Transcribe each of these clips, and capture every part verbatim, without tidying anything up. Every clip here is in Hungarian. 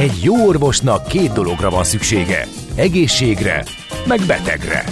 Egy jó orvosnak két dologra van szüksége. Egészségre, meg betegre.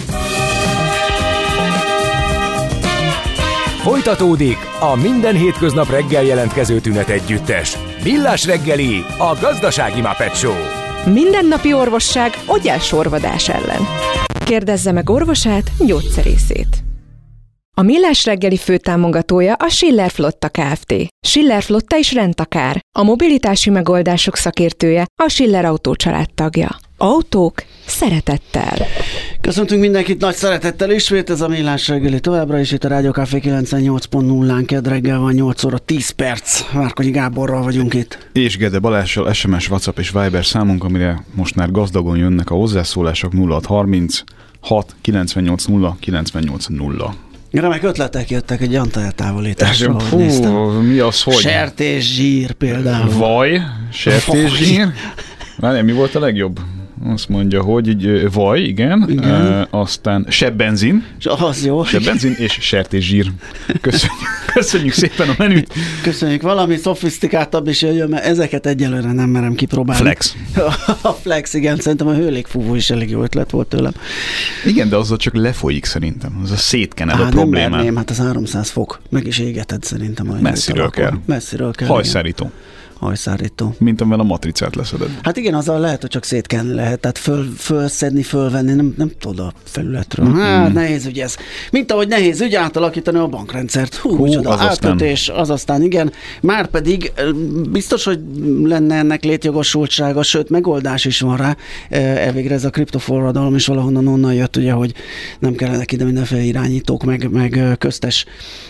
Folytatódik a minden hétköznap reggel jelentkező tünet együttes. Millás reggeli, a gazdasági Muppet Show. Mindennapi orvosság ogyásorvadás ellen. Kérdezze meg orvosát, gyógyszerészét. A Millás reggeli főtámogatója a Schiller Flotta Kft. Schiller Flotta is rendtakár. A mobilitási megoldások szakértője, a Schiller Autó család tagja. Autók szeretettel. Köszöntünk mindenkit nagy szeretettel ismét, ez a Millás reggeli továbbra is itt a Rádió Café kilencvennyolc pont nullán, kedd reggel van nyolc óra tíz perc. Várkonyi Gáborral vagyunk itt. És Gede Balással es em es, WhatsApp és Viber számunk, amire most már gazdagon jönnek a hozzászólások. Nulla hat harminc hat kilencvennyolc nulla kilencvennyolc nulla. Remek ötletek jöttek egy Antal eltávolításról, Fú, mi az, hogy? Sertészsír például. Vaj, sertészsír. Várjál, mi volt a legjobb? Azt mondja, hogy így, vaj, igen, igen. E, aztán sebbenzin. Az jó. Sebbenzin és sertészsír. Köszönjük, köszönjük szépen a menüt. Köszönjük, valami szofisztikáltabb is jöjjön, mert ezeket egyelőre nem merem kipróbálni. Flex. A Flex, igen, szerintem a hőlégfúvó is elég jó ötlet volt tőlem. Igen, de azzal csak lefolyik szerintem. Az a szétkened a Á, problémát. Nem merném, hát az háromszáz fok. Meg is égeted szerintem. Messziről kell. Messziről kell. Hajszárító. Hajszárító. Mint amivel a matricát leszeded. Hát igen, azzal lehet, hogy csak szétkenni lehet, tehát föl, fölszedni, fölvenni, nem, nem tudod a felületről. Mm-hmm. Hát nehéz ügy ez. Mint ahogy nehéz ügy átalakítani a bankrendszert. Hú, Hú micsoda az átkötés, aztán. az aztán igen. Márpedig biztos, hogy lenne ennek létjogosultsága, sőt, megoldás is van rá. Elvégre ez a kriptoforradalom is valahonnan onnan jött, ugye, hogy nem kellenek ide mindenféle irányítók, meg, meg köztes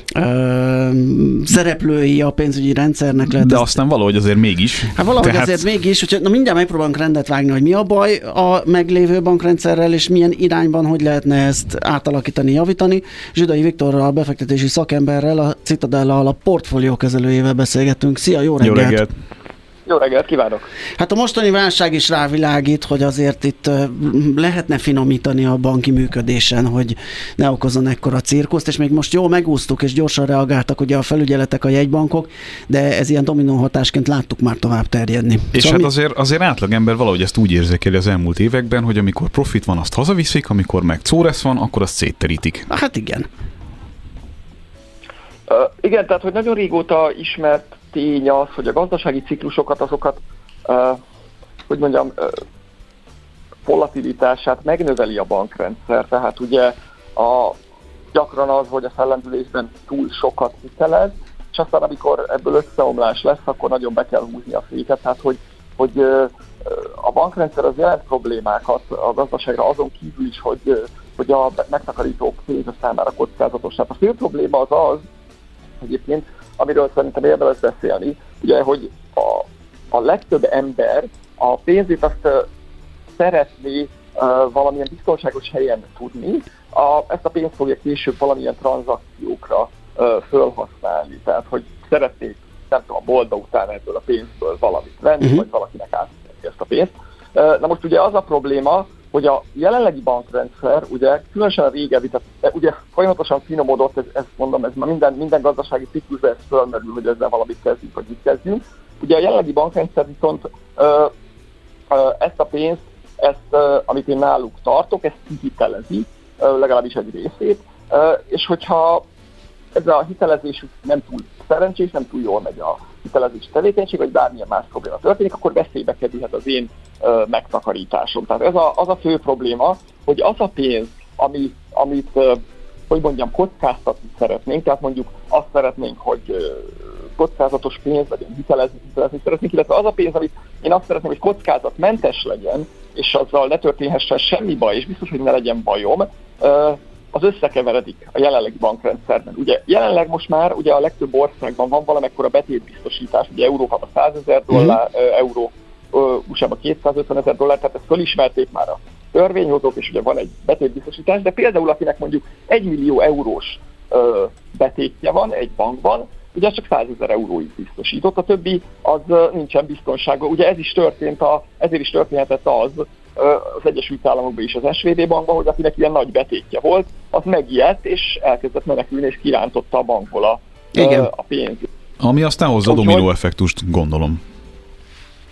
ö, szereplői a pénzügyi rendszernek. Lehet de ezt, aztán valahogy azért mégis. Hát valahogy Tehát... azért mégis, hogy na mindjárt megpróbálunk rendet vágni, hogy mi a baj a meglévő bankrendszerrel, és milyen irányban, hogy lehetne ezt átalakítani, javítani. Zsidai Viktorral, a befektetési szakemberrel, a Citadella alap portfólió kezelőjével beszélgettünk. Szia, jó reggelt! Jó reggelt! Jó reggelt kívánok! Hát a mostani válság is rávilágít, hogy azért itt lehetne finomítani a banki működésen, hogy ne okozzon ekkora cirkuszt, és még most jól megúsztuk, és gyorsan reagáltak ugye a felügyeletek, a jegybankok, de ez ilyen dominó hatásként láttuk már tovább terjedni. És szóval hát mi... azért, azért átlagember valahogy ezt úgy érzékeli az elmúlt években, hogy amikor profit van, azt hazaviszik, amikor meg córesz van, akkor azt szétterítik. Hát igen. Uh, igen, tehát hogy nagyon régóta ismert tény az, hogy a gazdasági ciklusokat, azokat, uh, hogy mondjam, uh, volatilitását megnöveli a bankrendszer. Tehát ugye a, gyakran az, hogy a fellendülésben túl sokat hitelez, és aztán amikor ebből összeomlás lesz, akkor nagyon be kell húzni a féket. Tehát, hogy, hogy uh, a bankrendszer az jelent problémákat a gazdaságra azon kívül is, hogy, uh, hogy a megtakarítók pénze számára kockázatos. Tehát a fő probléma az az, egyébként, amiről szerintem érdemes beszélni, ugye, hogy a, a legtöbb ember a pénzét azt uh, szeretné uh, valamilyen biztonságos helyen tudni, a, ezt a pénzt fogja később valamilyen tranzakciókra uh, fölhasználni, tehát hogy szeretnék, nem tudom, a bolda után ebből a pénzből valamit venni, uh-huh. vagy valakinek átvenni ezt a pénzt. Uh, na most ugye az a probléma, hogy a jelenlegi bankrendszer, ugye különösen a régebbi, tehát ugye folyamatosan finomodott, ez, ezt mondom, ez már minden, minden gazdasági ciklusban ez fölmerül, hogy ezzel valamit kezdjünk, vagy mit kezdjünk. Ugye a jelenlegi bankrendszer viszont ö, ö, ezt a pénzt, ezt, ö, amit én náluk tartok, ezt kihitelezi, ö, legalábbis egy részét, ö, és hogyha ez a hitelezésük nem túl szerencsés, nem túl jól megy a hitelezés tevékenység, vagy bármilyen más probléma történik, akkor veszélybe kerülhet az én ö, megtakarításom. Tehát ez a, az a fő probléma, hogy az a pénz, ami, amit, ö, hogy mondjam, kockáztatni szeretnénk, tehát mondjuk azt szeretnénk, hogy ö, kockázatos pénz legyen, hitelezni, hitelezni szeretnénk, illetve az a pénz, amit én azt szeretném, hogy kockázatmentes legyen, és azzal ne történhessen semmi baj, és biztos, hogy ne legyen bajom, ö, az összekeveredik a jelenlegi bankrendszerben. Ugye jelenleg most már ugye a legtöbb országban van valamekkora betétbiztosítás, ugye Európában százezer dollár, mm-hmm. euró, u es á-ban kétszázötven ezer dollár, tehát ezt fölismerték már a törvényhozók, és ugye van egy betétbiztosítás, de például akinek mondjuk egy millió eurós ö, betétje van egy bankban, ugye csak százezer euróig biztosított, a többi az ö, nincsen biztonságban. Ugye ez is történt, a, ezért is történhetett az, az Egyesült Államokban is az es vé bé bankban, hogy akinek ilyen nagy betétje volt, az megijedt, és elkezdett menekülni, és kirántotta a bankból a, a pénzt. Ami aztán hozza a dominó effektust, gondolom.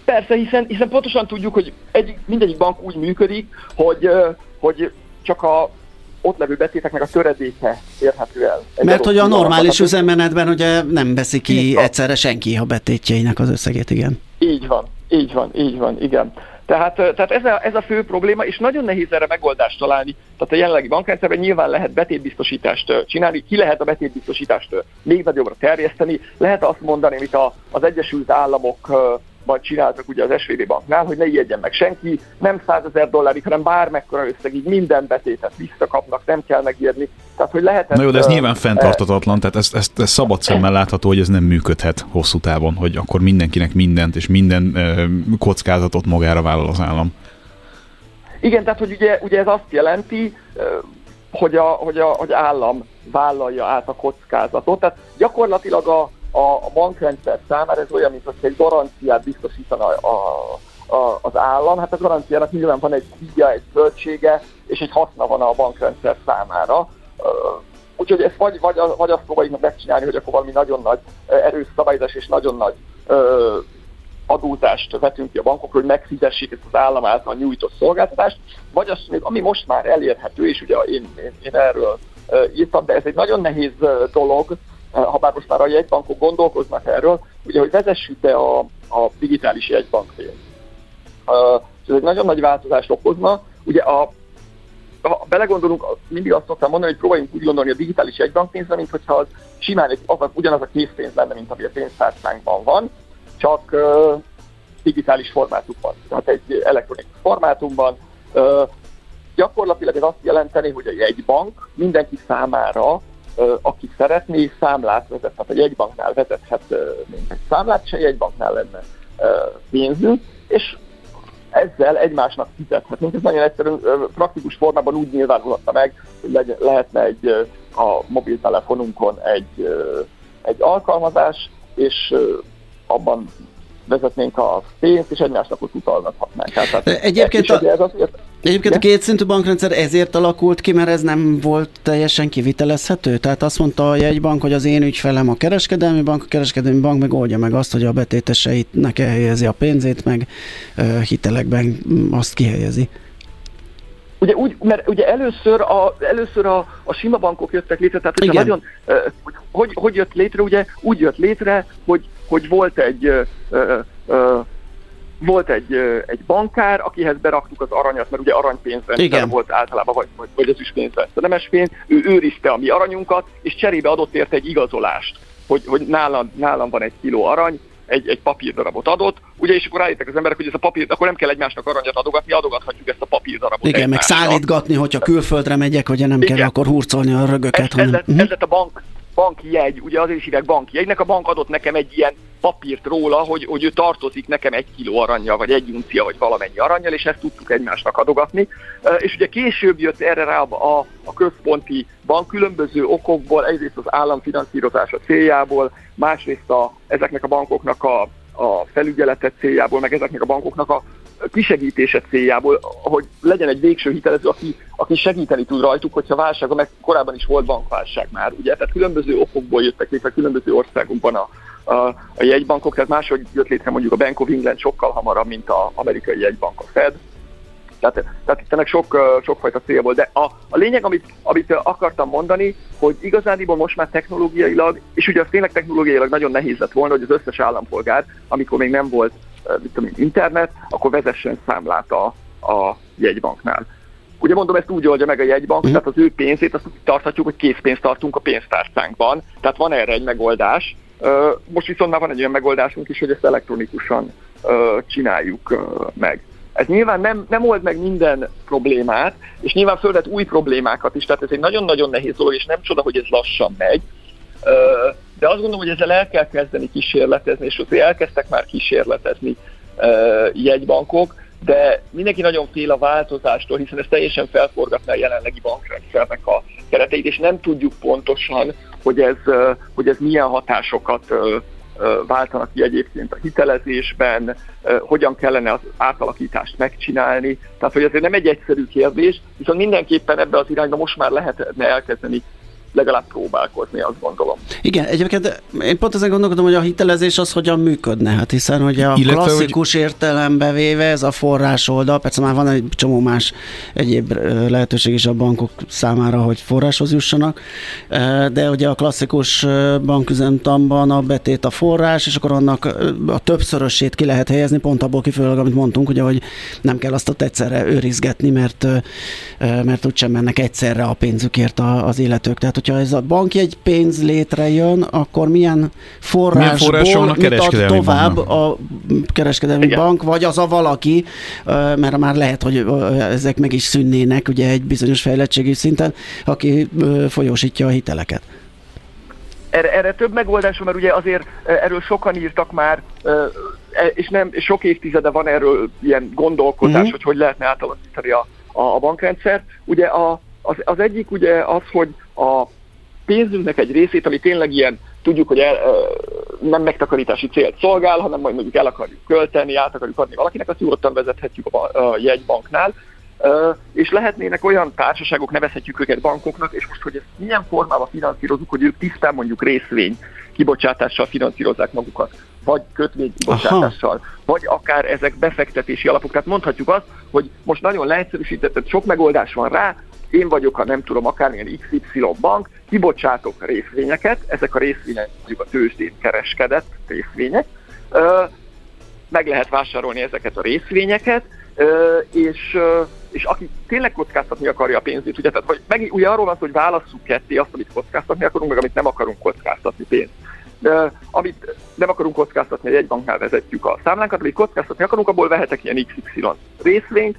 Persze, hiszen, hiszen pontosan tudjuk, hogy egy, mindegyik bank úgy működik, hogy, hogy csak a ott levő betéteknek a töredéke érhető el. Mert hogy a normális üzemmenetben ugye nem veszi ki egyszerre senki a betétjeinek az összegét, igen. Így van, így van, így van, igen. Tehát, tehát ez, a, ez a fő probléma, és nagyon nehéz erre megoldást találni. Tehát a jelenlegi bankrendszerben nyilván lehet betétbiztosítást csinálni, ki lehet a betétbiztosítást még nagyobbra terjeszteni, lehet azt mondani, amit a, az Egyesült Államokban csináltak ugye az es vé bé banknál, hogy ne ijedjen meg senki, nem százezer dollárig, hanem bármekkora összegig minden betétet visszakapnak, nem kell megijedni. Tehát, hogy lehet. Na jó, de ez uh, nyilván fenntartatatlan, tehát ez, ez, ez szabad szemmel látható, hogy ez nem működhet hosszú távon, hogy akkor mindenkinek mindent és minden uh, kockázatot magára vállal az állam. Igen, tehát hogy ugye, ugye ez azt jelenti, uh, hogy, a, hogy, a, hogy állam vállalja át a kockázatot. Tehát gyakorlatilag a, a, a bankrendszer számára ez olyan, mintha egy garanciát biztosítana a, a, az állam. Hát a garanciának nyilván van egy díja, egy költsége, és egy haszna van a bankrendszer számára. Uh, úgyhogy ezt vagy, vagy, vagy azt próbáljuk megcsinálni, hogy akkor valami nagyon nagy uh, erős szabályozás és nagyon nagy uh, adózást vetünk ki a bankokról, hogy megfizessék ezt az állam által nyújtott szolgáltatást, vagy azt mondjuk, ami most már elérhető, és ugye én, én, én erről uh, írtam, de ez egy nagyon nehéz uh, dolog, uh, ha bár most már a jegybankok gondolkoznak erről, ugye, hogy vezessük be a, a digitális jegybankpénzt. Uh, ez egy nagyon nagy változást okozna. Ugye a ha belegondolunk, mindig azt szoktam mondani, hogy próbáljunk úgy gondolni a digitális jegybankpénzre, mint hogyha az simán egy, az, ugyanaz a készpénz lenne, mint ami a pénztárcánkban van, csak uh, digitális formátumban, tehát egy elektronikus formátumban. Uh, gyakorlatilag ez azt jelenteni, hogy a jegybank mindenki számára, uh, aki szeretné, számlát vezet, tehát a jegybanknál vezethet uh, mint egy számlát, és a jegybanknál lenne uh, pénzünk, és ezzel egymásnak fizethetünk. Ez nagyon egyszerűen praktikus formában úgy nyilvánulhatta meg, hogy lehetne egy, a mobiltelefonunkon egy, egy alkalmazás, és abban vezetnénk a pénzt, és egymásnak ott utalgathatnánk. Tehát, egyébként a, ez azért, egyébként a kétszintű bankrendszer ezért alakult ki, mert ez nem volt teljesen kivitelezhető. Tehát azt mondta a jegybank, hogy az én ügyfelem a kereskedelmi bank, a kereskedelmi bank meg oldja meg azt, hogy a betéteseinek elhelyezi a pénzét, meg uh, hitelekben azt kihelyezi. Ugye úgy, mert ugye először a, először a, a sima bankok jöttek létre, tehát ugye nagyon, uh, hogy, hogy jött létre, ugye úgy jött létre, hogy, hogy volt egy uh, uh, volt egy, uh, egy bankár, akihez beraktuk az aranyat, mert ugye aranypénzrendszer volt általában, vagy, vagy, vagy az is pénzrendszer, nemes pénz, ő őrizte a mi aranyunkat, és cserébe adott érte egy igazolást, hogy, hogy nálam, nálam van egy kiló arany, egy, egy papírdarabot adott, ugye, és akkor állítják az emberek, hogy ez a papír, akkor nem kell egymásnak aranyat adogatni, adogathatjuk ezt a papírdarabot. Igen, egymásnak. Meg szállítgatni, hogyha külföldre megyek, ugye nem Igen. kell akkor hurcolni a rögöket. Ez, ez, lett, ez lett a bank, banki jegy, ugye azért is hívják banki jegynek, a bank adott nekem egy ilyen papírt róla, hogy, hogy ő tartozik nekem egy kiló aranyjal, vagy egy uncia, vagy valamennyi aranyjal, és ezt tudtuk egymásnak adogatni. És ugye később jött erre rá a, a központi bank különböző okokból, egyrészt az állam finanszírozása céljából, másrészt a, ezeknek a bankoknak a, a felügyeletet céljából, meg ezeknek a bankoknak a kisegítése céljából, hogy legyen egy végső hitelező, aki, aki segíteni tud rajtuk, hogyha válság, meg korábban is volt bankválság már, ugye? Tehát különböző okokból jöttek létre különböző országokban a, a, a jegybankok, tehát máshogy jött létre mondjuk a Bank of England sokkal hamarabb, mint az amerikai jegybank, a Fed. Tehát, tehát itt ennek sok, sokfajta cél volt, de a, a lényeg, amit, amit akartam mondani, hogy igazániból most már technológiailag, és ugye az tényleg technológiailag nagyon nehéz lett volna, hogy az összes állampolgár, amikor még nem volt mit tudom, internet, akkor vezessen számlát a, a jegybanknál. Ugye mondom, ezt úgy oldja meg a jegybank, mm. tehát az ő pénzét azt úgy tarthatjuk, hogy készpénzt tartunk a pénztárcánkban, tehát van erre egy megoldás. Most viszont már van egy olyan megoldásunk is, hogy ezt elektronikusan csináljuk meg. Ez nyilván nem, nem old meg minden problémát, és nyilván fölvet új problémákat is, tehát ez egy nagyon-nagyon nehéz dolog, és nem csoda, hogy ez lassan megy. De azt gondolom, hogy ezzel el kell kezdeni kísérletezni, és azért elkezdtek már kísérletezni jegybankok, de mindenki nagyon fél a változástól, hiszen ez teljesen felforgatná a jelenlegi bankrendszernek a kereteit, és nem tudjuk pontosan, hogy ez, hogy ez milyen hatásokat váltanak ki egyébként a hitelezésben, hogyan kellene az átalakítást megcsinálni. Tehát, hogy azért nem egy egyszerű kérdés, viszont mindenképpen ebbe az irányba most már lehetne elkezdeni legalább próbálkozni, azt gondolom. Igen, egyébként én pont ezen gondolkodom, hogy a hitelezés az hogyan működne, hát hiszen hogy a illetve, klasszikus hogy... értelembe véve ez a forrás oldal, persze már van egy csomó más egyéb lehetőség is a bankok számára, hogy forráshoz jussanak, de ugye a klasszikus banküzemtanban a betét a forrás, és akkor annak a többszörösét ki lehet helyezni, pont abból kifolyólag, amit mondtunk, ugye, hogy nem kell azt ott egyszerre őrizgetni, mert, mert úgysem mennek egyszerre a pénzükért az illetők. Tehát, hogyha ez a bankjegy pénz létrejön, akkor milyen forrásból mutat tovább banknak? A kereskedelmi Igen. bank, vagy az a valaki, mert már lehet, hogy ezek meg is szűnnének ugye egy bizonyos fejlettségi szinten, aki folyósítja a hiteleket. Erre, erre több megoldás van, mert ugye azért erről sokan írtak már, és nem sok évtizede van erről ilyen gondolkodás, uh-huh. hogy hogy lehetne átalakítani a, a, a bankrendszert. Ugye a, az, az egyik ugye az, hogy a pénzünknek egy részét, ami tényleg ilyen, tudjuk, hogy el, nem megtakarítási célt szolgál, hanem majd mondjuk el akarjuk költeni, át akarjuk adni valakinek, azt nyugodtan vezethetjük a, a jegybanknál. Uh, és lehetnének olyan társaságok, nevezhetjük őket bankoknak, és most, hogy ezt milyen formában finanszírozunk, hogy ők tisztán mondjuk részvény kibocsátással finanszírozzák magukat, vagy kötvény kibocsátással, Aha. vagy akár ezek befektetési alapok. Tehát mondhatjuk azt, hogy most nagyon leegyszerűsített, sok megoldás van rá, én vagyok a nem tudom, akármilyen iksz ipszilon bank, kibocsátok részvényeket, ezek a részvények mondjuk a tőzsdén kereskedett részvények, uh, meg lehet vásárolni ezeket a részvényeket, uh, és uh, és aki tényleg kockáztatni akarja a pénzét, ugye, tehát, vagy meg, ugye arról van szó, hogy válasszuk ketté azt, amit kockáztatni akarunk, meg amit nem akarunk kockáztatni pénzt. De, amit nem akarunk kockáztatni, egy jegybanknál vezetjük a számlánkat, amit kockáztatni akarunk, abból vehetek ilyen iksz ipszilon részvényt,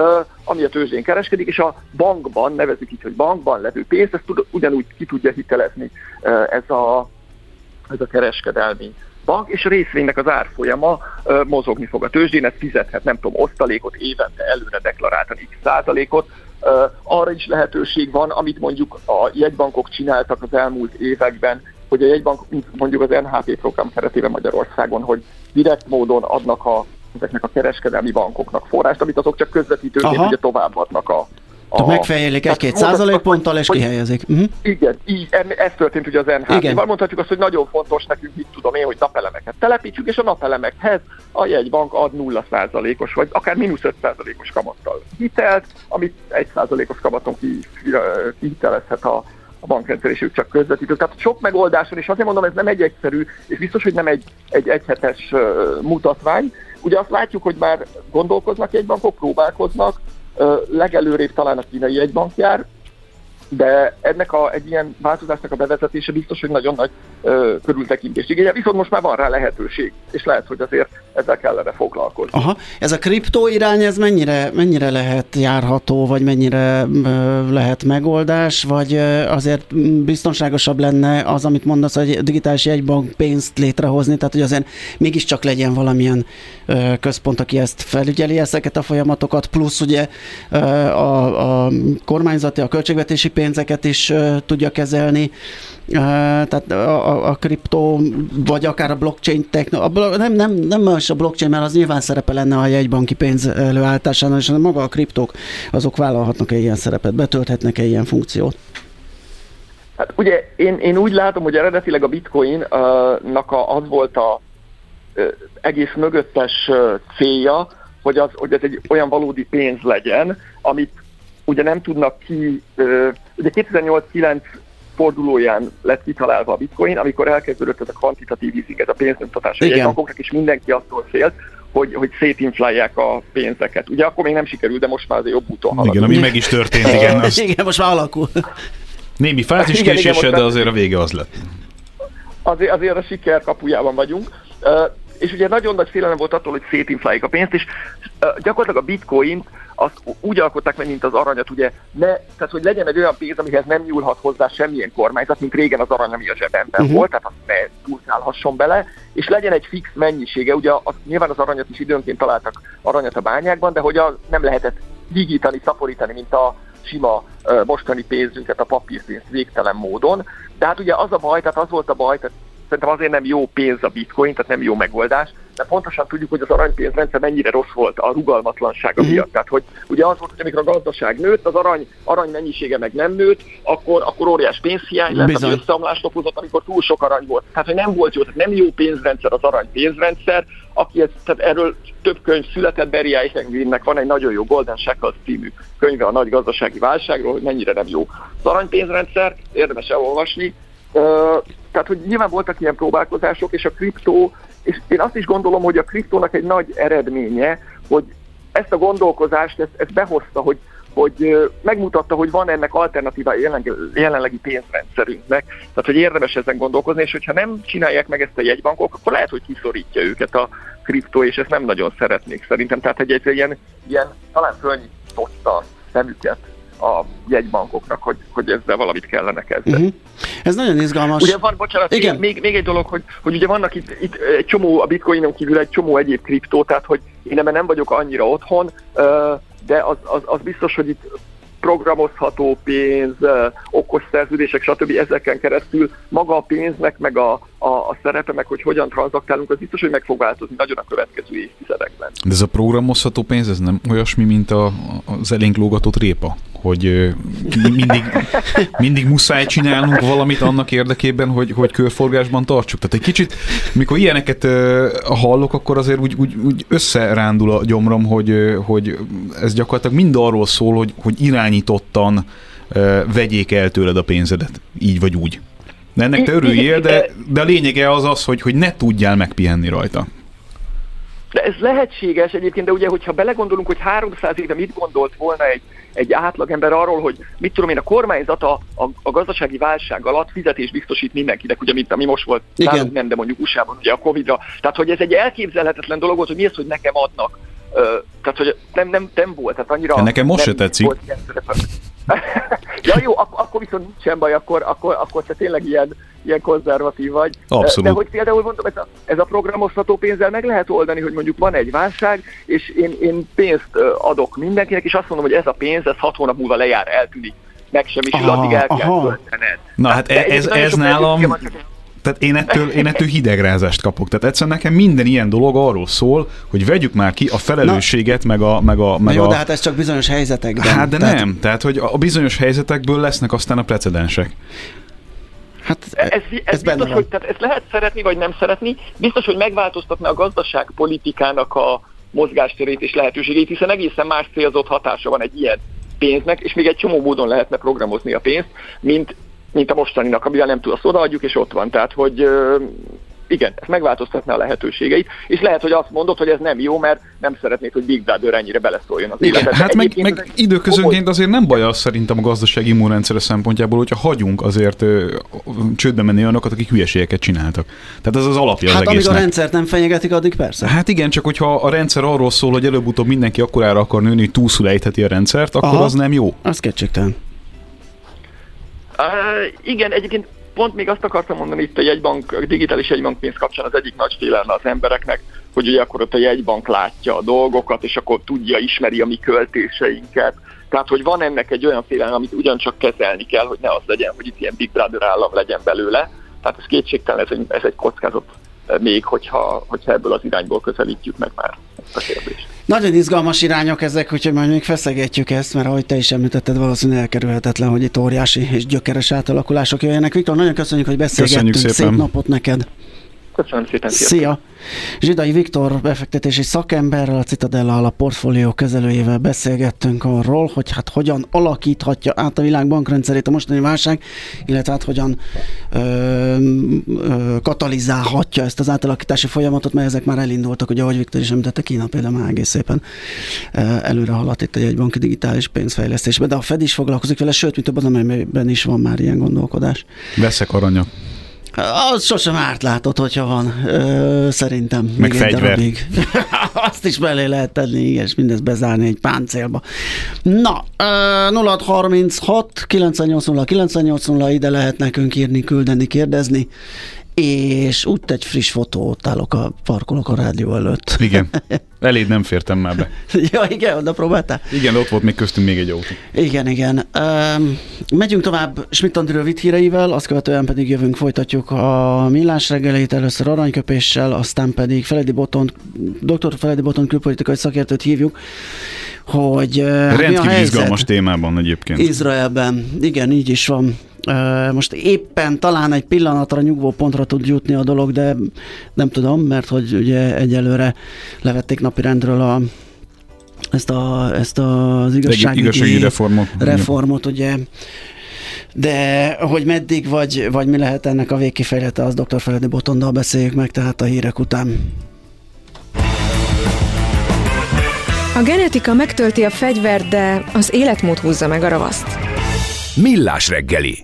ami a tőzsdén kereskedik, és a bankban, nevezzük így, hogy bankban levő pénzt, ezt tud, ugyanúgy ki tudja hitelezni ez a, ez a kereskedelmi bank, és a részvénynek az árfolyama uh, mozogni fog a tőzsdén, ez fizethet, nem tudom, osztalékot, évente előre deklaráltan x százalékot. Uh, arra is lehetőség van, amit mondjuk a jegybankok csináltak az elmúlt években, hogy a jegybank, mondjuk az en há pé program keretében Magyarországon, hogy direkt módon adnak a, ezeknek a kereskedelmi bankoknak forrást, amit azok csak közvetítőként ugye továbbadnak a A, megfejelik egy-két százalékponttal, és kihelyezik. Uh-huh. Igen, így, ez történt ugye az en há pé-val. Mondhatjuk azt, hogy nagyon fontos nekünk, mit tudom én, hogy napelemeket telepítsük, és a napelemekhez a jegybank ad nulla százalékos, vagy akár mínusz öt százalékos kamattal hitelt, amit egy százalékos kamaton kihitelezhet a, a bankrendszer, és ők csak közvetítők. Tehát sok megoldás van, és azért mondom, ez nem egy egyszerű, és biztos, hogy nem egy, egy egyhetes mutatvány. Ugye azt látjuk, hogy már gondolkoznak jegybankok, próbálkoznak, Uh, legelőrébb talán a kínai jegybank jár, de ennek a, egy ilyen változásnak a bevezetése biztos, hogy nagyon nagy uh, körültekintést igényel, viszont most már van rá lehetőség, és lehet, hogy azért ezzel kellene foglalkozni. Aha. Ez a kriptó irány, ez mennyire, mennyire lehet járható, vagy mennyire uh, lehet megoldás, vagy uh, azért biztonságosabb lenne az, amit mondasz, hogy digitális jegybank pénzt létrehozni, tehát hogy azért mégiscsak legyen valamilyen uh, központ, aki ezt felügyeli, ezeket a folyamatokat, plusz ugye uh, a, a kormányzati, a költségvetési pénzeket is uh, tudja kezelni, uh, tehát a, a kriptó, vagy akár a blockchain technológia, nem, nem, nem a blockchain, mert az nyilván szerepe lenne a jegybanki pénz előállításánál, és maga a kriptók, azok vállalhatnak-e ilyen szerepet, betölthetnek-e ilyen funkciót? Hát ugye én, én úgy látom, hogy eredetileg a bitcoinnak uh, az volt a uh, egész mögöttes uh, célja, hogy, az, hogy ez egy olyan valódi pénz legyen, amit ugye nem tudnak ki, uh, ugye kétezer-nyolc kilenc fordulóján lett kitalálva a bitcoin, amikor elkezdődött ez a kvantitatív easing, ez a pénznyomtatás a jegybankoknak, és mindenki attól félt, hogy, hogy szétinflálják a pénzeket. Ugye akkor még nem sikerült, de most már azért jobb úton haladunk. Igen, ami meg is történt, igen. Azt... igen, most már alakul. Némi fáziskésése, de azért a vége az lett. Azért, azért a siker kapujában vagyunk. Uh, és ugye nagyon nagy félelem volt attól, hogy szétinflálják a pénzt, és uh, gyakorlatilag a bitcoint azt úgy alkották meg, mint az aranyat, ugye, ne, tehát hogy legyen egy olyan pénz, amihez nem nyúlhat hozzá semmilyen kormányzat, mint régen az arany, ami a zsebemben uh-huh. volt, tehát azt ne túlszálhasson bele, és legyen egy fix mennyisége, ugye az, nyilván az aranyat is időnként találtak aranyat a bányákban, de hogy az nem lehetett hígítani, szaporítani, mint a sima uh, mostani pénzünket, a papírpénz végtelen módon, de hát ugye az a baj, tehát az volt a baj, tehát szerintem azért nem jó pénz a bitcoin, tehát nem jó megoldás, de pontosan tudjuk, hogy az aranypénzrendszer mennyire rossz volt a rugalmatlansága miatt. Uh-huh. Tehát, hogy ugye az volt, hogy amikor a gazdaság nőtt, az arany, arany mennyisége meg nem nőtt, akkor, akkor óriás pénzhiány lett, ami összeomlást okozott, amikor túl sok arany volt. Tehát, hogy nem volt jó, tehát nem jó pénzrendszer az aranypénzrendszer, aki ez, tehát erről több könyv született, Barry Eichengreennek van egy nagyon jó Golden Shackles című könyve a nagy gazdasági válságról, hogy mennyire nem jó az aranypénzrendszer, érdemes elolvasni. Uh, tehát, hogy nyilván voltak ilyen próbálkozások, és a kriptó, és én azt is gondolom, hogy a kriptónak egy nagy eredménye, hogy ezt a gondolkozást, ezt, ezt behozta, hogy, hogy uh, megmutatta, hogy van ennek alternatíva jelenlegi pénzrendszerünknek, tehát, hogy érdemes ezen gondolkozni, és hogyha nem csinálják meg ezt a jegybankok, akkor lehet, hogy kiszorítja őket a kriptó, és ezt nem nagyon szeretnék szerintem. Tehát, hogy egy ilyen, ilyen talán fölnyitotta a szemüket a jegybankoknak, hogy, hogy ezzel valamit kellene kezdeni. Uh-huh. Ez nagyon izgalmas. Ugye van, bocsánat, igen. Még, még egy dolog, hogy, hogy ugye vannak itt, itt egy csomó, a bitcoinon kívül egy csomó egyéb kriptó, tehát hogy én ebben nem vagyok annyira otthon, de az, az, az biztos, hogy itt programozható pénz, okos szerződések, stb. Ezeken keresztül maga a pénznek, meg a, a, a szerepe, meg hogy hogyan tranzaktálunk, az biztos, hogy meg fog változni nagyon a következő évtizedekben. De ez a programozható pénz, ez nem olyasmi, mint a, az elénk lógatott répa? Hogy mindig, mindig muszáj csinálnunk valamit annak érdekében, hogy, hogy körforgásban tartsuk. Tehát egy kicsit, mikor ilyeneket hallok, akkor azért úgy, úgy, úgy összerándul a gyomrom, hogy, hogy ez gyakorlatilag mind arról szól, hogy, hogy irányítottan vegyék el tőled a pénzedet, így vagy úgy. De ennek te örüljél, de, de a lényege az az, hogy, hogy ne tudjál megpihenni rajta. De ez lehetséges egyébként, de ugye, hogyha belegondolunk, hogy háromszáz éve mit gondolt volna egy, egy átlagember arról, hogy mit tudom én, a kormányzat a, a, a gazdasági válság alatt fizetést biztosít mindenkinek, ugye, mint ami most volt, nálunk nem, de mondjuk u es á-ban ugye a Covid-ra. Tehát, hogy ez egy elképzelhetetlen dolog volt, hogy mi az, hogy nekem adnak. Uh, tehát, hogy nem, nem, nem volt, tehát annyira... Ja, nekem most se tetszik. Ja jó, ak- akkor viszont nincsen baj, akkor, akkor, akkor te tényleg ilyen, ilyen konzervatív vagy. Abszolút. De hogy például mondom, ez a, ez a programozható pénzzel meg lehet oldani, hogy mondjuk van egy válság, és én, én pénzt adok mindenkinek, és azt mondom, hogy ez a pénz, ez hat hónap múlva lejár, eltűnik, megsemmisül, addig el kell költened. Na hát ez, ez, ez nálam... Tehát én ettől, én ettől hidegrázást kapok. Tehát egyszerűen nekem minden ilyen dolog arról szól, hogy vegyük már ki a felelősséget, Na, meg a... Meg a meg jó, a... de hát ez csak bizonyos helyzetekben. Hát de tehát... nem. Tehát, hogy a bizonyos helyzetekből lesznek aztán a precedensek. Hát ez, ez, ez biztos, hogy tehát ezt lehet szeretni, vagy nem szeretni. Biztos, hogy megváltoztatna a gazdaságpolitikának a mozgásterét és lehetőségét, hiszen egészen más célzott hatása van egy ilyen pénznek, és még egy csomó módon lehetne programozni a pénzt, mint mint a mostaninak, amivel nem tud, azt odaadjuk, és ott van. Tehát, hogy igen, ez megváltoztatná a lehetőségeit, és lehet, hogy azt mondod, hogy ez nem jó, mert nem szeretnéd, hogy Big Brother ennyire beleszóljon az életbe. Hát meg, meg időközönként azért nem baj az szerintem a gazdaság immunrendszere szempontjából, hogyha hagyunk azért ö, csődbe menni olyanokat, akik hülyeségeket csináltak. Tehát ez az alapja hát az egésznek. Hát amíg a rendszert nem fenyegetik, addig persze. Hát igen, csak hogyha a rendszer arról szól, hogy előbb-utóbb mindenki akkorára akar nőni, hogy túlszul ejtheti a rendszert, akkor Aha, az nem jó. Az kétségtelen. Uh, igen, egyébként pont még azt akartam mondani itt a jegybank, a digitális jegybankpénz kapcsán az egyik nagy félelme az embereknek, hogy ugye akkor ott a jegybank látja a dolgokat, és akkor tudja, ismeri a mi költéseinket. Tehát, hogy van ennek egy olyan félelme, amit ugyancsak kezelni kell, hogy ne az legyen, hogy itt ilyen Big Brother állam legyen belőle. Tehát ez kétségtelen, ez egy, ez egy kockázat még, hogyha, hogyha ebből az irányból közelítjük meg már ezt a kérdést. Nagyon izgalmas irányok ezek, úgyhogy majd még feszegetjük ezt, mert ahogy te is említetted, valószínűleg elkerülhetetlen, hogy itt óriási és gyökeres átalakulások jöjjenek. Viktor, nagyon köszönjük, hogy beszélgettünk. Szép napot neked! Köszönöm szépen. Szia! Zsidai Viktor befektetési szakemberrel, a Citadella alap portfólió kezelőjével beszélgettünk arról, hogy hát hogyan alakíthatja át a világ bankrendszerét a mostani válság, illetve hát hogyan ö, ö, katalizálhatja ezt az átalakítási folyamatot, mert ezek már elindultak, ugye ahogy Viktor is említette, Kína például már egész szépen előre haladt itt egy banki digitális pénzfejlesztésbe, de a Fed is foglalkozik vele, sőt, mint több az, amelyben is van már ilyen gondolkodás. Veszek aranyat. Az sosem árt látod, hogyha van, ö, szerintem. Meg fegyver. Azt is belé lehet tenni, igen, és mindezt bezárni egy páncélba. Na, nulla hat harminchat kilencszáznyolcvan nulla kilencszáznyolcvan ide lehet nekünk írni, küldeni, kérdezni, és úgy egy friss fotó, ott állok a parkolok a rádió előtt. Igen. Eléd nem fértem már be. Ja, igen, oda próbáltál? Igen, ott volt még köztünk még egy autó. Igen, igen. Um, megyünk tovább Schmidt-Andi rövid híreivel, azt követően pedig jövünk, folytatjuk a Millás reggelét, először aranyköpéssel, aztán pedig Feledi Botont, doktor Feledi Botont külpolitikai szakértőt hívjuk, hogy uh, rendkívül izgalmas témában egyébként. Izraelben, igen, így is van. Uh, most éppen talán egy pillanatra nyugvó pontra tud jutni a dolog, de nem tudom, mert hogy ugye egyelőre levették napirendről a, ezt, a, ezt az igazságügyi, igazságügyi reformot. reformot, ugye. De hogy meddig, vagy, vagy mi lehet ennek a végkifejlete, az doktor Feledi Botondal beszéljük meg, tehát a hírek után. A genetika megtölti a fegyvert, de az életmód húzza meg a ravaszt. Millás reggeli.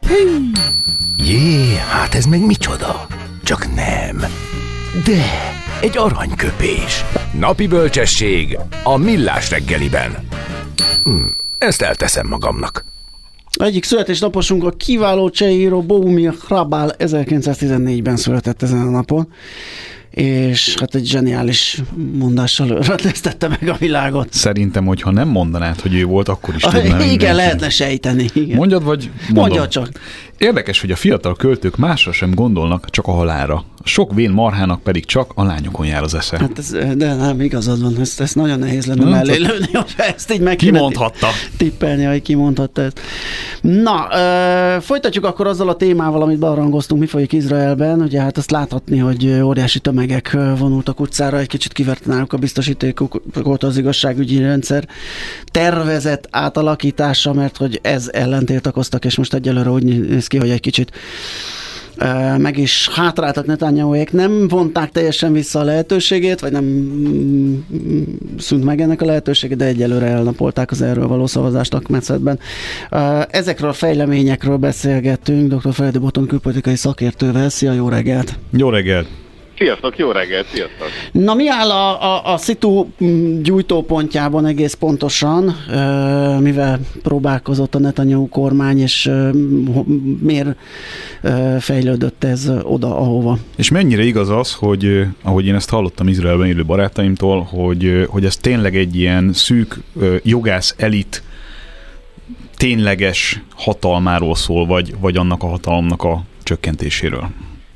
Jé, hát ez meg micsoda? Csak nem. De egy aranyköpés. Napi bölcsesség a Millás reggeliben. Hm, ezt elteszem magamnak. Egyik születésnaposunk a kiváló csehíró Bohumil Hrabal ezerkilencszáztizennégyben született ezen a napon, és hát egy zseniális mondással ötleteztette meg a világot. Szerintem, hogyha nem mondanád, hogy ő volt, akkor is tudnám. Igen, mindenki. lehetne sejteni. Igen. Mondjad, vagy mondom? Mondjad csak. Érdekes, hogy a fiatal költők másra sem gondolnak, csak a halálra. Sok vén marhának pedig csak a lányokon jár az esze. Hát ez, de nem, igazad van, ezt, ezt nagyon nehéz lenne mellé lőni, hogyha ezt így meg kimondhatta. Tippelni, hogy kimondhatta ezt. Na, ö, folytatjuk akkor azzal a témával, amit bearangoztunk, mi folyik Izraelben. Ugye hát azt láthatni, hogy óriási tömegek vonultak utcára, egy kicsit kiverte náluk a biztosítékot az igazságügyi rendszer tervezett átalakítása, mert hogy ez ellen tiltakoztak, és most egyelőre úgy néz ki, hogy egy kicsit meg is hátráltak Netanyahuék, nem vonták teljesen vissza a lehetőségét, vagy nem szűnt meg ennek a lehetősége, de egyelőre elnapolták az erről való szavazást a Knessetben. Ezekről a fejleményekről beszélgettünk doktor Feledi Botont külpolitikai szakértővel. Szia, jó reggelt! Jó reggelt! Sziasztok, jó reggelt, sziasztok! Na, mi áll a, a, a szitu gyújtópontjában egész pontosan, mivel próbálkozott a Netanyahu kormány, és miért fejlődött ez oda, ahova? És mennyire igaz az, hogy ahogy én ezt hallottam Izraelben élő barátaimtól, hogy, hogy ez tényleg egy ilyen szűk jogász elit tényleges hatalmáról szól, vagy, vagy annak a hatalomnak a csökkentéséről?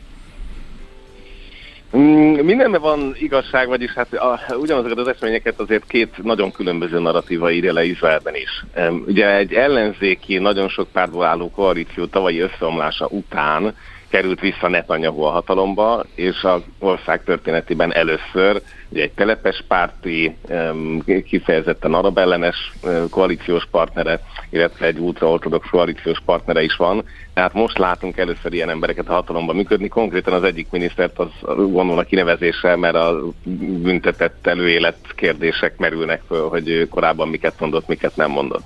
Mindenben van igazság, vagyis hát a, ugyanazokat az eseményeket azért két nagyon különböző narratíva írja le Izraelben is. Ugye egy ellenzéki, nagyon sok pártból álló koalíció tavalyi összeomlása után került vissza Netanyahu a hatalomba, és az ország történetében először ugye egy telepes párti, kifejezetten arab ellenes koalíciós partnere, illetve egy ultraortodox koalíciós partnere is van. Tehát most látunk először ilyen embereket a hatalomban működni. Konkrétan az egyik minisztert az vonul a kinevezésre, mert a büntetett előélet kérdések merülnek föl, hogy korábban miket mondott, miket nem mondott.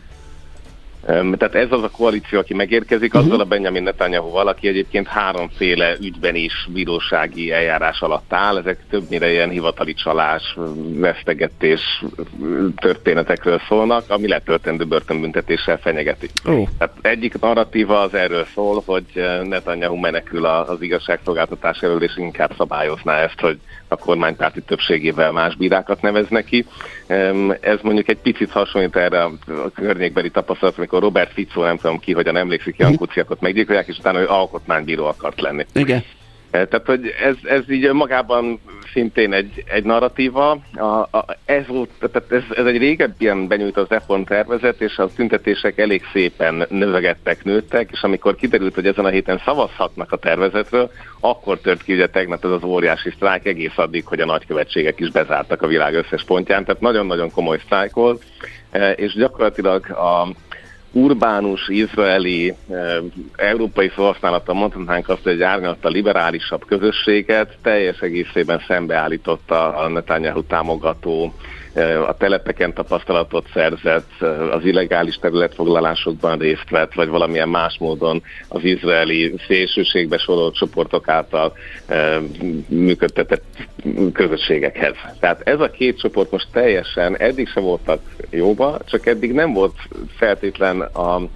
Tehát ez az a koalíció, aki megérkezik, azzal uh-huh. a Benjamin Netanyahuval, aki egyébként háromféle ügyben is bírósági eljárás alatt áll. Ezek többnyire ilyen hivatali csalás, vesztegetés történetekről szólnak, ami letöltendő börtönbüntetéssel fenyegeti. Oh. Tehát egyik narratíva az erről szól, hogy Netanyahu menekül az igazságszolgáltatás elől, és inkább szabályozná ezt, hogy a kormánypárti többségével más bírákat neveznek ki. Ez mondjuk egy picit hasonlít erre a környékbeli tapasztalat, amikor Robert Fico, nem tudom ki, hogyan emlékszik, Jan Kuciakot meggyilkolják, és utána ő alkotmánybíró akart lenni. Igen. Tehát, hogy ez, ez így magában szintén egy, egy narratíva. A, a, ez, volt, tehát ez, ez egy régebben benyújt az reformtervezet, és a tüntetések elég szépen növegettek, nőttek, és amikor kiderült, hogy ezen a héten szavazhatnak a tervezetről, akkor tört ki ugye tegnap ez az óriási sztrájk egész addig, hogy a nagykövetségek is bezártak a világ összes pontján, tehát nagyon-nagyon komoly sztrájk volt, és gyakorlatilag a urbánus, izraeli, e, európai szóhasználattal mondhatnánk azt, hogy egy árnyalta liberálisabb közösséget teljes egészében szembeállította a Netanyahu támogató, e, a telepeken tapasztalatot szerzett, az illegális területfoglalásokban részt vett, vagy valamilyen más módon az izraeli szélsőségbe sorolt csoportok által e, működtetett közösségekhez. Tehát ez a két csoport most teljesen eddig sem voltak jóba, csak eddig nem volt feltétlen a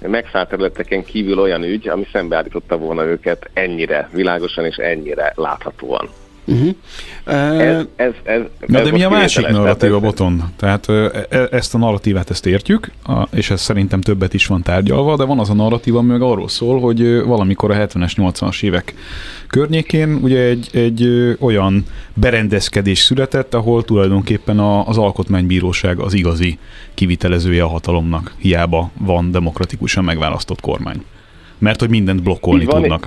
megszállt területeken kívül olyan ügy, ami szembeállította volna őket ennyire világosan és ennyire láthatóan. Uh-huh. Uh, ez, ez, ez, Na ez de mi a másik narratíva, ez, Boton? Tehát e- ezt a narratívát ezt értjük, és ez szerintem többet is van tárgyalva, de van az a narratíva, ami meg arról szól, hogy valamikor a hetvenes, nyolcvanas évek környékén ugye egy, egy olyan berendezkedés született, ahol tulajdonképpen a, az alkotmánybíróság az igazi kivitelezője a hatalomnak, hiába van demokratikusan megválasztott kormány. Mert hogy mindent blokkolni tudnak.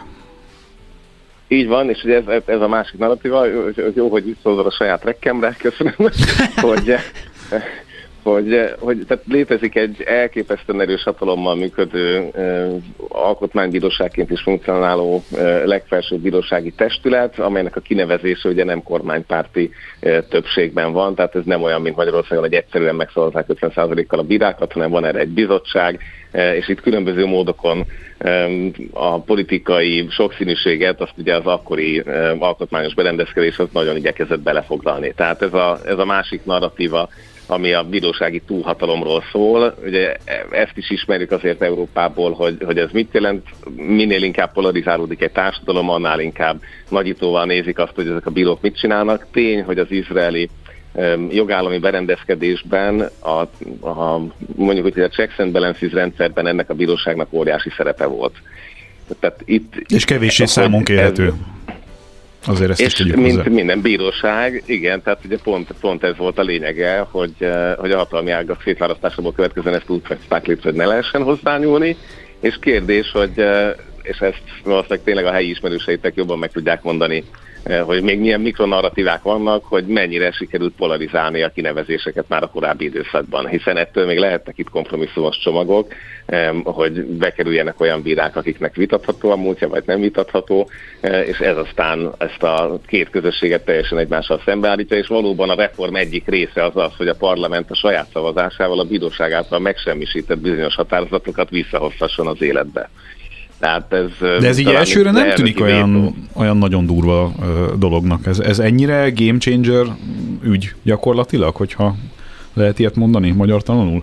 Így van, és ugye ez, ez a másik narratíva, jó, hogy visszahozod a saját rekkemre, köszönöm, hogy, hogy, hogy tehát létezik egy elképesztően erős hatalommal működő eh, alkotmánybíróságként is funkcionáló eh, legfelsőbb bírósági testület, amelynek a kinevezése ugye nem kormánypárti eh, többségben van, tehát ez nem olyan, mint Magyarországon, hogy egyszerűen megszavazzák ötven százalékkal a bírákat, hanem van erre egy bizottság, és itt különböző módokon a politikai sokszínűséget, azt ugye az akkori alkotmányos berendezkedés az nagyon igyekezett belefoglalni. Tehát ez a, ez a másik narratíva, ami a bírósági túlhatalomról szól. Ugye ezt is ismerjük azért Európából, hogy, hogy ez mit jelent. Minél inkább polarizálódik egy társadalom, annál inkább nagyítóval nézik azt, hogy ezek a bírók mit csinálnak. Tény, hogy az izraeli jogállami berendezkedésben, a, a, mondjuk, hogy a checks and balances rendszerben ennek a bíróságnak óriási szerepe volt. Tehát itt, és kevéssé számon kérhető. Azért ezt és is tudjuk mint hozzá. Minden bíróság, igen, tehát ugye pont, pont ez volt a lényege, hogy, hogy a hatalmi ágak szétválasztásából következően ezt úgy fektették létre, hogy ne lehessen hozzányúlni, és kérdés, hogy, és ezt valószínűleg tényleg a helyi ismerőseitek jobban meg tudják mondani, hogy még milyen mikronarratívák vannak, hogy mennyire sikerült polarizálni a kinevezéseket már a korábbi időszakban, hiszen ettől még lehetnek itt kompromisszumos csomagok, hogy bekerüljenek olyan bírák, akiknek vitatható a múltja, vagy nem vitatható, és ez aztán ezt a két közösséget teljesen egymással szembeállítja, és valóban a reform egyik része az az, hogy a parlament a saját szavazásával a bíróság által megsemmisített bizonyos határozatokat visszahozhasson az életbe. Tehát ez, de ez így elsőre nem tűnik olyan, olyan nagyon durva uh, dolognak. Ez, ez ennyire game changer ügy gyakorlatilag, hogyha lehet ilyet mondani magyartalanul?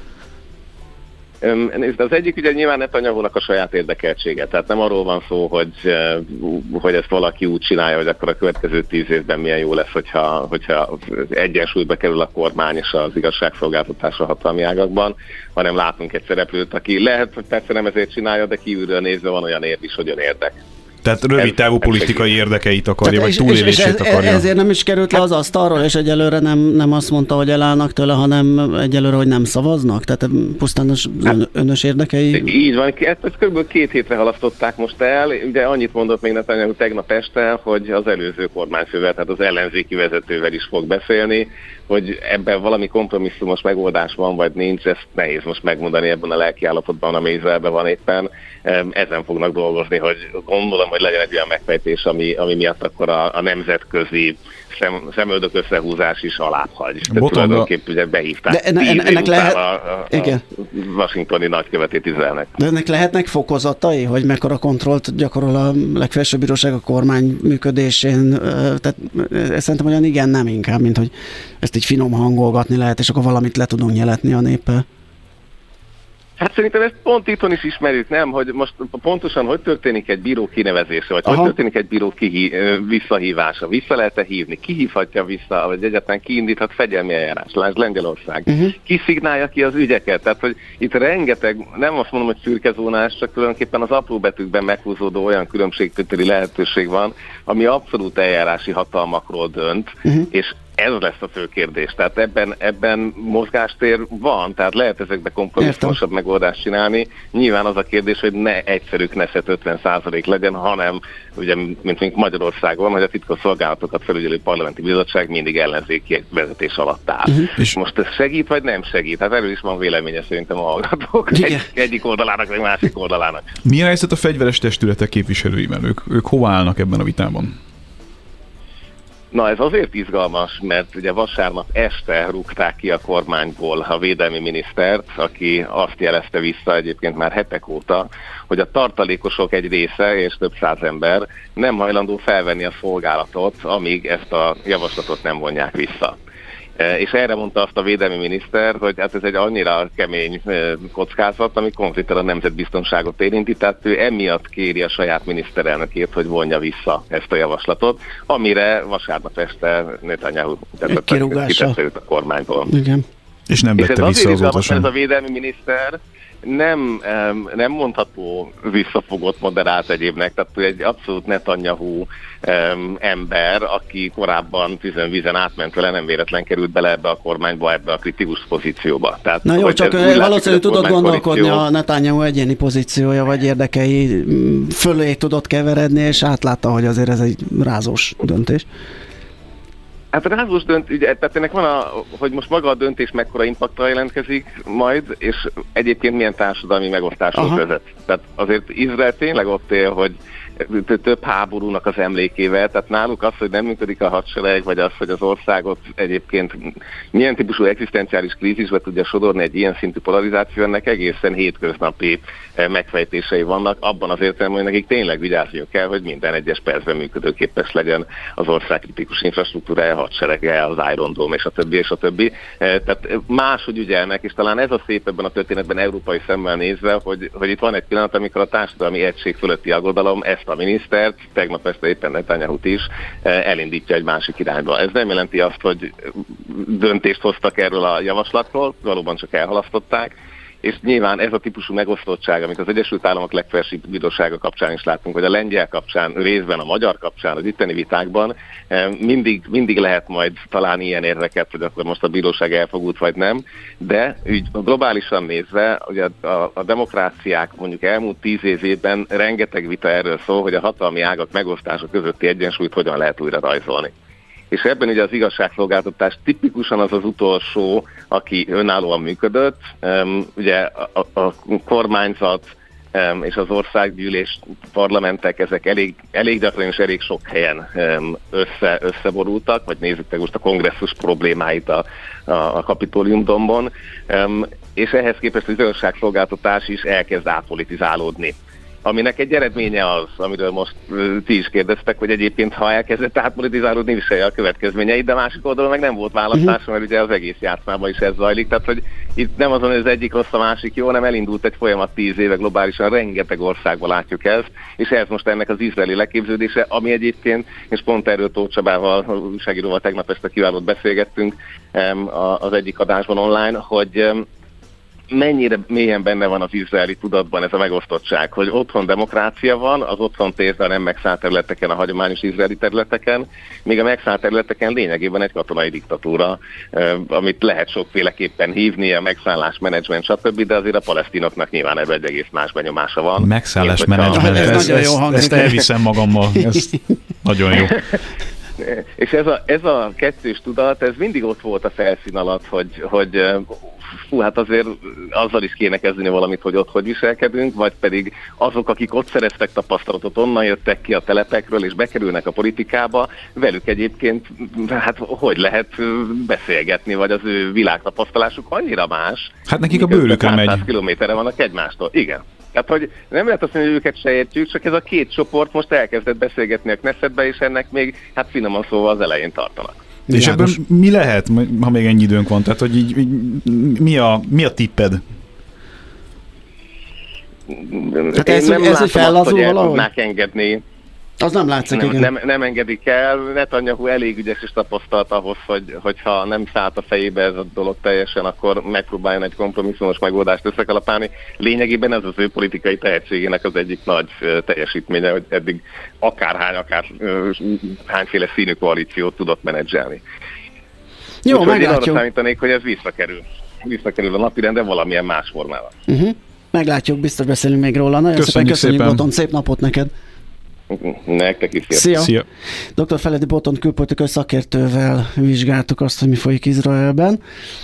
Nézd, az egyik ugye nyilván Netanyahunak a saját érdekeltsége. Tehát nem arról van szó, hogy, hogy ezt valaki úgy csinálja, hogy akkor a következő tíz évben milyen jó lesz, hogyha, hogyha egyensúlyba kerül a kormány és az igazságszolgáltatás a hatalmi ágakban, hanem látunk egy szereplőt, aki lehet, hogy persze nem ezért csinálja, de kívülről nézve van olyan érv is, hogy ön érdek. Tehát rövid távú politikai ez érdekeit akarja, vagy túlélését és ez, akarja. Ezért nem is került le az asztalról, és egyelőre nem, nem azt mondta, hogy elállnak tőle, hanem egyelőre, hogy nem szavaznak? Tehát pusztán az ön, önös érdekei? Így van, ezt, ezt kb. két hétre halasztották most el, de annyit mondott még Netanyahu tegnap este, hogy az előző kormányfővel, tehát az ellenzéki vezetővel is fog beszélni, hogy ebben valami kompromisszumos megoldás van, vagy nincs, ezt nehéz most megmondani ebben a lelkiállapotban, ami Izraelben van éppen. Ezen fognak dolgozni, hogy gondolom, hogy legyen egy olyan megfejtés, ami, ami miatt akkor a, a nemzetközi szem, szemöldök összehúzás is alábbhagy. Tehát tulajdonképpen ugye behívták de enne, enne, ennek lehet... a, a, a washingtoni nagykövetét Izraelnek. De ennek lehetnek fokozatai, hogy mekkora kontrollt gyakorol a legfelsőbb bíróság a kormány működésén? Tehát szerintem olyan igen, nem inkább, mint hogy ezt így finom hangolgatni lehet, és akkor valamit le tudunk nyeletni a néppel. Hát szerintem ezt pont itthon is ismerjük, nem? Hogy most pontosan hogy történik egy bíró kinevezése, vagy Aha. hogy történik egy bíró kihí- visszahívása, vissza lehet-e hívni, ki hívhatja vissza, vagy egyáltalán kiindíthat fegyelmi eljárás, lásd Lengyelország. Uh-huh. Ki szignálja ki az ügyeket, tehát hogy itt rengeteg, nem azt mondom, hogy szürkezónás, csak tulajdonképpen az apró betűkben meghúzódó olyan különbségkötői lehetőség van, ami abszolút eljárási hatalmakról dönt, uh-huh. és ez lesz a fő kérdés. Tehát ebben, ebben mozgástér van, tehát lehet ezekbe kompromisszumosabb megoldást csinálni. Nyilván az a kérdés, hogy ne egyszerű Knesset ötven százalék legyen, hanem ugye, mint, mint Magyarországon, hogy a titkos szolgálatokat felügyelő parlamenti bizottság mindig ellenzéki vezetés alatt áll. Uh-huh. És most ez segít, vagy nem segít? Hát erről is van véleménye szerintem a hallgatók. Egy, egyik oldalának, vagy másik oldalának. Mi a helyzet a fegyveres testületek képviselőivel? Ők, ők hova állnak ebben a vitában? Na, ez azért izgalmas, mert ugye vasárnap este rúgták ki a kormányból a védelmi minisztert, aki azt jelezte vissza egyébként már hetek óta, hogy a tartalékosok egy része és több száz ember nem hajlandó felvenni a szolgálatot, amíg ezt a javaslatot nem vonják vissza. És erre mondta azt a védelmi miniszter, hogy hát ez egy annyira kemény kockázat, ami konkrétan a nemzetbiztonságot érinti, tehát ő emiatt kéri a saját miniszterelnökét, hogy vonja vissza ezt a javaslatot, amire vasárnap este Netanyahu kitette őt a kormányból. Igen. És nem vette és vissza azóta sem. Ez a védelmi miniszter nem, nem mondható visszafogott moderált egyébnek, tehát ő egy abszolút Netanyahu ember, aki korábban tűzön-vízen átment vele, nem véletlen került bele ebbe a kormányba, ebbe a kritikus pozícióba. Tehát, na jó, csak valószínűleg tudod gondolkodni a Netanyahu egyéni pozíciója vagy érdekei fölé tudott keveredni, és átlátta, hogy azért ez egy rázós döntés. Hát a rázós döntés, tehát ennek van a, hogy most maga a döntés mekkora impaktra jelentkezik majd, és egyébként milyen társadalmi megosztáshoz vezet. Tehát azért Izrael tényleg ott él, hogy több háborúnak az emlékével, tehát náluk az, hogy nem működik a hadsereg, vagy az, hogy az országot egyébként milyen típusú egzisztenciális krízisbe tudja sodorni egy ilyen szintű polarizáció, ennek egészen hétköznapi megfejtései vannak, abban az értelemben, hogy nekik tényleg vigyázniuk kell, hogy minden egyes percben működőképes legyen az ország kritikus infrastruktúrája, hadserege, az Iron Dome és a többi, és a többi. Tehát máshogy ügyelnek, és talán ez a szép ebben a történetben európai szemmel nézve, hogy, hogy itt van egy pillanat, amikor a társadalmi egység fölötti aggodalom ezt a minisztert, tegnap este éppen Netanyahut is elindítja egy másik irányba. Ez nem jelenti azt, hogy döntést hoztak erről a javaslatról, valóban csak elhalasztották, és nyilván ez a típusú megosztottság, amit az Egyesült Államok legfelsőbb bírósága kapcsán is látunk, vagy a lengyel kapcsán, részben a magyar kapcsán, az itteni vitákban, mindig, mindig lehet majd talán ilyen érveket, hogy akkor most a bíróság elfogult, vagy nem, de úgy globálisan nézve, ugye a, a, a demokráciák mondjuk elmúlt tíz évben rengeteg vita erről szól, hogy a hatalmi ágak megosztása közötti egyensúlyt hogyan lehet újra rajzolni. És ebben ugye az igazságszolgáltatás tipikusan az az utolsó, aki önállóan működött. Um, ugye a, a kormányzat um, és az országgyűlés parlamentek, ezek elég, elég gyakran és elég sok helyen um, össze, összeborultak, vagy nézzük meg most a kongresszus problémáit a, a, a Kapitólium-dombon, um, és ehhez képest az igazságszolgáltatás is elkezd átpolitizálódni. Aminek egy eredménye az, amiről most uh, ti is kérdeztek, hogy egyébként ha elkezdett átpolitizálódni, viselje a következményeit, de másik oldalon meg nem volt választás, mert ugye az egész játszmában is ez zajlik, tehát hogy itt nem azon, hogy az egyik rossz, a másik jó, hanem elindult egy folyamat tíz éve globálisan, rengeteg országban látjuk ezt, és ez most ennek az izraeli leképződése, ami egyébként, és pont erről Tóth Csabával, újságíróval tegnap este kiválót beszélgettünk um, az egyik adásban online, hogy um, mennyire mélyen benne van az izraeli tudatban ez a megosztottság, hogy otthon demokrácia van, az otthon térzve a nem megszállt területeken, a hagyományos izraeli területeken, míg a megszállt területeken lényegében egy katonai diktatúra, amit lehet sokféleképpen hívni, a megszállás, menedzsment, stb., de azért a palesztinoknak nyilván ebben egy egész más benyomása van. Megszállás, menedzsment, ez, ez, ez, ezt elviszem magammal, ez nagyon jó. És ez a, ez a kettős tudat, ez mindig ott volt a felszín alatt, hogy, hogy fú, hát azért azzal is kéne kezdeni valamit, hogy ott hogy viselkedünk, vagy pedig azok, akik ott szereztek tapasztalatot, onnan jöttek ki a telepekről, és bekerülnek a politikába, velük egyébként, hát hogy lehet beszélgetni, vagy az ő világtapasztalásuk annyira más. Hát nekik a bőrükön megy. száz kilométerre vannak egymástól. Igen. Tehát, hogy nem lehet azt mondani, hogy őket se értjük, csak ez a két csoport most elkezdett beszélgetni a Knessetbe, és ennek még, hát finoman szóval az elején tartanak. És ebből mi lehet, ha még ennyi időnk van? Tehát, hogy így, így, mi, a, mi a tipped? Hát ez, nem ez látom azt, hogy el tudnák engedni. Az nem látszik, nem, igen. Nem, nem engedik el. Netanyahu elég ügyes és tapasztalt ahhoz, hogy, hogyha nem szállt a fejébe ez a dolog teljesen, akkor megpróbáljon egy kompromisszumos megoldást összekalapálni. Lényegében ez az ő politikai tehetségének az egyik nagy teljesítménye, hogy eddig akárhány, akár hányféle színű koalíciót tudott menedzselni. Jó, úgy, meglátjuk. Arra számítanék, hogy ez visszakerül. Visszakerül a napirendre valamilyen más formában. Uh-huh. Meglátjuk, biztos beszélünk még róla. Nagyon köszönjük, szépen köszönjük, Botont, szép napot neked! Nektek is. Szia. Szia. doktor Feledi Botont külpolitikai szakértővel vizsgáltuk azt, hogy mi folyik Izraelben,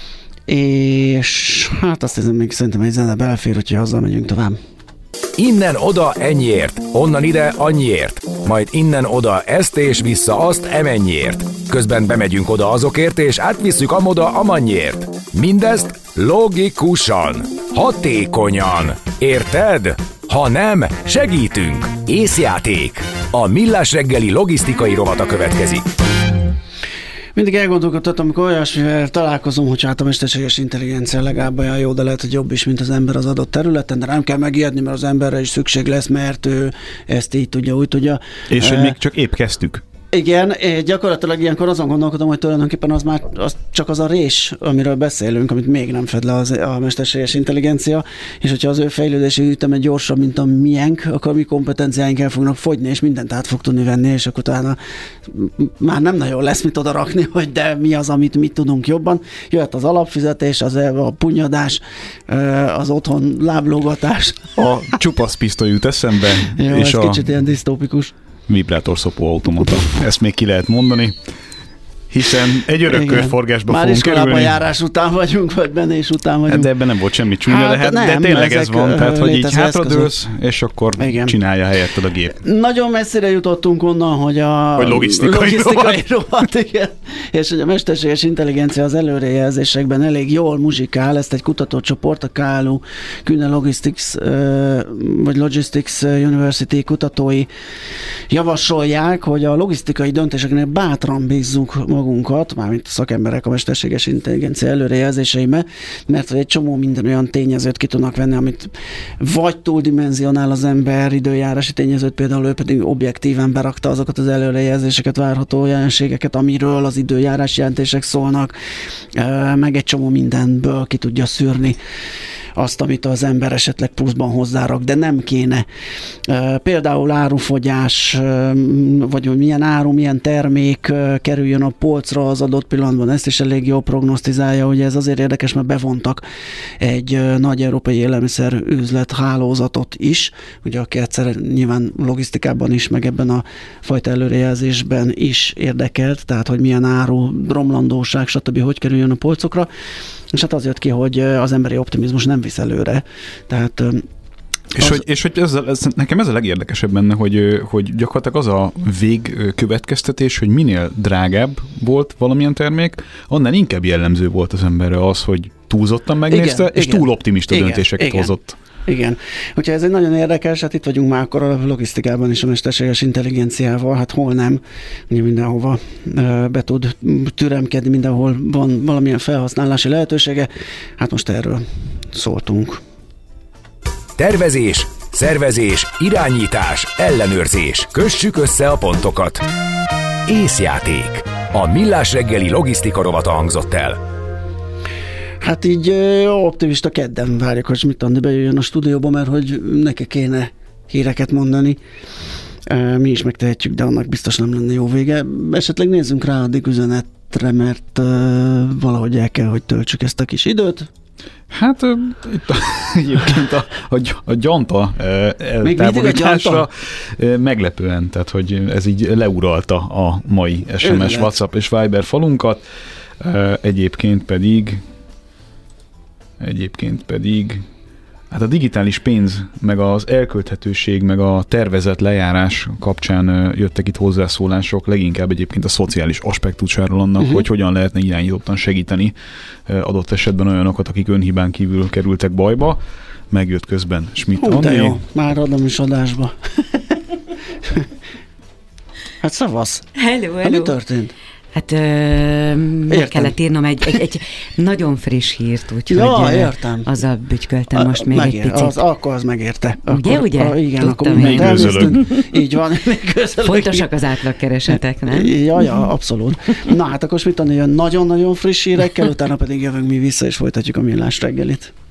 és hát azt hiszem, még szerintem egy zene belefér, hogyha azzal megyünk tovább. Innen oda ennyiért, onnan ide annyiért, majd innen oda ezt és vissza azt emennyiért. Közben bemegyünk oda azokért, és átvisszük amoda amannyiért. Mindezt logikusan, hatékonyan. Érted? Ha nem, segítünk! Észjáték! A Millás reggeli logisztikai rovata következik. Mindig elgondolkodtam, amikor olyasmivel találkozom, hogy hát a mesterséges intelligencia legalább olyan jó, de lehet, hogy jobb is, mint az ember az adott területen, de nem kell megijedni, mert az emberre is szükség lesz, mert ő ezt így tudja, úgy tudja. És hogy még csak épp kezdtük. Igen, gyakorlatilag ilyenkor azon gondolkodom, hogy tulajdonképpen az már az csak az a rés, amiről beszélünk, amit még nem fed le az, a mesterséges intelligencia, és hogyha az ő fejlődési üteme gyorsabb, mint a miénk, akkor mi kompetenciáink el fognak fogyni, és mindent át fog tudni venni, és akkor utána már nem nagyon lesz mit oda rakni, hogy de mi az, amit mi tudunk jobban. Jöhet az alapfizetés, az a punyadás, az otthon láblógatás. A csupasz pisztoly jut eszembe. Jó, és ez a... kicsit ilyen disztópikus. Vibrátorszopó automata. Ezt még ki lehet mondani. Hiszen egy örök körforgásba fogunk kerülni. Már iskolában járás után vagyunk, vagy benés után vagyunk. De ebben nem volt semmi csúnya, hát, de, hát, nem, de tényleg ez van, tehát hogy így hátradőlsz, és akkor igen. Csinálja helyetted a gép. Nagyon messzire jutottunk onnan, hogy a hogy logisztikai, logisztikai rohadt, igen, és hogy a mesterséges intelligencia az előrejelzésekben elég jól muzsikál, ezt egy kutatócsoport, a ká el u Kühne Logistics, vagy Logistics University kutatói javasolják, hogy a logisztikai döntéseknél bátran bízzunk magunkat, mármint a szakemberek a mesterséges intelligencia előrejelzéseime, mert egy csomó minden olyan tényezőt ki tudnak venni, amit vagy túldimenzionál az ember, időjárási tényezőt, például ő pedig objektíven berakta azokat az előrejelzéseket, várható jelenségeket, amiről az időjárás jelentések szólnak, meg egy csomó mindenből ki tudja szűrni azt, amit az ember esetleg pluszban hozzárak, de nem kéne. Például árufogyás, vagy hogy milyen áru, milyen termék kerüljön a polcra az adott pillanatban, ezt is elég jól prognosztizálja, ugye ez azért érdekes, mert bevontak egy nagy európai élelmiszer üzlet hálózatot is, ugye aki egyszer nyilván logisztikában is, meg ebben a fajta előrejelzésben is érdekelt, tehát hogy milyen áru, romlandóság, stb. Hogy kerüljön a polcokra. És hát az jött ki, hogy az emberi optimizmus nem visz előre. Tehát És, az... hogy, és hogy ez, ez, nekem ez a legérdekesebb benne, hogy, hogy gyakorlatilag az a végkövetkeztetés, hogy minél drágább volt valamilyen termék, annál inkább jellemző volt az emberre az, hogy túlzottan megnézte, igen, és igen, túl optimista igen, döntéseket igen. hozott. Igen. Úgyhogy ez egy nagyon érdekes, hát itt vagyunk már akkor a logisztikában is a mesterséges intelligenciával, hát hol nem, mindenhova be tud türemkedni, mindenhol van valamilyen felhasználási lehetősége, hát most erről szóltunk. Tervezés, szervezés, irányítás, ellenőrzés. Kössük össze a pontokat. Észjáték. A Millás reggeli logisztika rovata hangzott el. Hát így optimista kedden várjuk, hogy mit Andi bejöjjön a stúdióba, mert hogy neki kéne híreket mondani. Mi is megtehetjük, de annak biztos nem lenne jó vége. Esetleg nézzünk rá addig üzenetre, mert valahogy el kell, hogy töltsük ezt a kis időt. Hát itt a, egyébként a, a, a gyanta eltávolításra meglepően, tehát hogy ez így leuralta a mai es em es, WhatsApp és Viber falunkat. Egyébként pedig Egyébként pedig hát a digitális pénz, meg az elkölthetőség, meg a tervezett lejárás kapcsán jöttek itt hozzászólások, leginkább egyébként a szociális aspektusáról annak, uh-huh. hogy hogyan lehetne irányítottan segíteni adott esetben olyanokat, akik önhibán kívül kerültek bajba. Megjött közben Schmidt Andi. De jó, már adom is adásba. Hát szavasz. Hello, hello. Mi történt? Hát ö, meg kellett írnom egy, egy, egy nagyon friss hírt, úgyhogy ja, értem. azzal bütyköltem most még megér, egy picit. Az, akkor az megérte. Ugye, akkor, ugye? A, igen, Tudtam akkor még közölök. Így van, még közölök. Fontosak az átlagkeresetek, nem? Ja, ja, abszolút. Na hát akkor mit tanuljon nagyon-nagyon friss hírekkel, utána pedig jövünk mi vissza, és folytatjuk a Millás reggelit.